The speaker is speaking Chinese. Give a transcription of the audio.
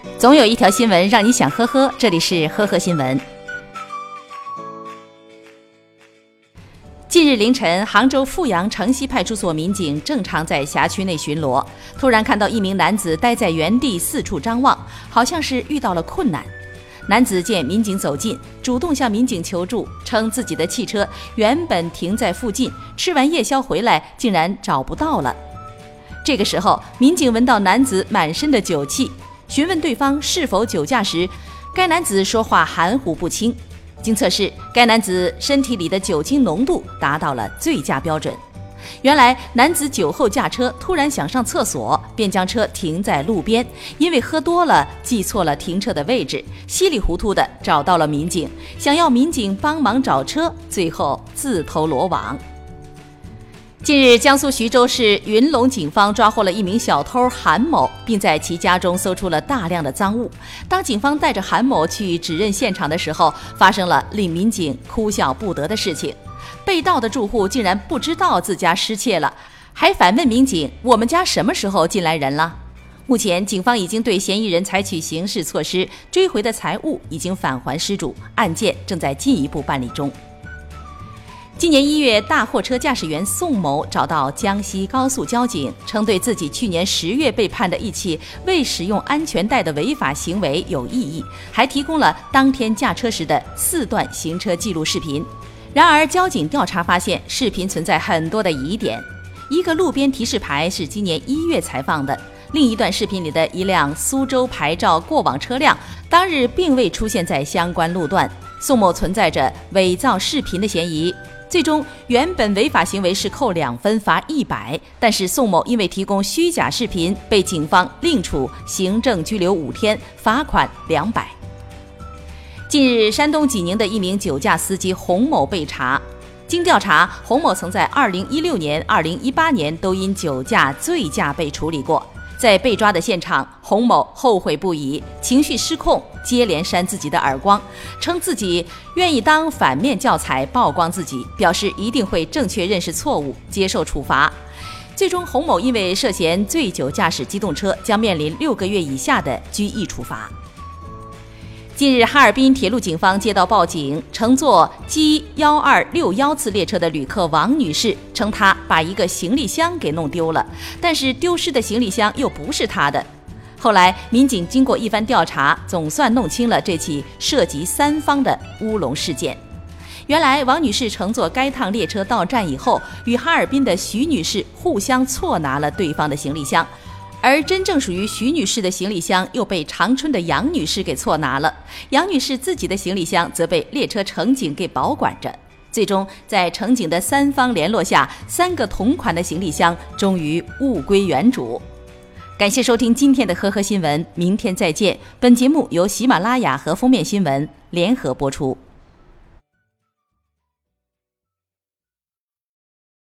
总有一条新闻让你想呵呵，这里是呵呵新闻。近日凌晨，杭州富阳城西派出所民警正常在辖区内巡逻，突然看到一名男子待在原地四处张望，好像是遇到了困难。男子见民警走近，主动向民警求助，称自己的汽车原本停在附近，吃完夜宵回来竟然找不到了。这个时候，民警闻到男子满身的酒气，询问对方是否酒驾时，该男子说话含糊不清。经测试，该男子身体里的酒精浓度达到了醉驾标准。原来男子酒后驾车，突然想上厕所，便将车停在路边，因为喝多了记错了停车的位置，稀里糊涂地找到了民警，想要民警帮忙找车，最后自投罗网。近日，江苏徐州市云龙警方抓获了一名小偷韩某，并在其家中搜出了大量的赃物。当警方带着韩某去指认现场的时候，发生了令民警哭笑不得的事情。被盗的住户竟然不知道自家失窃了，还反问民警：“我们家什么时候进来人了？”目前，警方已经对嫌疑人采取刑事措施，追回的财物已经返还失主，案件正在进一步办理中。今年1月，大货车驾驶员宋某找到江西高速交警，称对自己去年10月被判的一起未使用安全带的违法行为有异议，还提供了当天驾车时的4段行车记录视频。然而，交警调查发现，视频存在很多的疑点。一个路边提示牌是今年1月才放的，另一段视频里的一辆苏州牌照过往车辆当日并未出现在相关路段，宋某存在着伪造视频的嫌疑。最终，原本违法行为是扣2分罚100，但是宋某因为提供虚假视频，被警方另处行政拘留5天，罚款200。近日，山东济宁的一名酒驾司机洪某被查。经调查，洪某曾在2016年、2018年都因酒驾、醉驾被处理过。在被抓的现场，洪某后悔不已，情绪失控，接连扇自己的耳光，称自己愿意当反面教材曝光自己，表示一定会正确认识错误，接受处罚。最终，洪某因为涉嫌醉酒驾驶机动车，将面临6个月以下的拘役处罚。近日，哈尔滨铁路警方接到报警，乘坐G1261次列车的旅客王女士称，她把一个行李箱给弄丢了，但是丢失的行李箱又不是她的。后来，民警经过一番调查，总算弄清了这起涉及3方的乌龙事件。原来，王女士乘坐该趟列车到站以后，与哈尔滨的徐女士互相错拿了对方的行李箱。而真正属于徐女士的行李箱又被长春的杨女士给错拿了，杨女士自己的行李箱则被列车乘警给保管着。最终，在乘警的3方联络下，3个同款的行李箱终于物归原主。感谢收听今天的呵呵新闻，明天再见。本节目由喜马拉雅和封面新闻联合播出。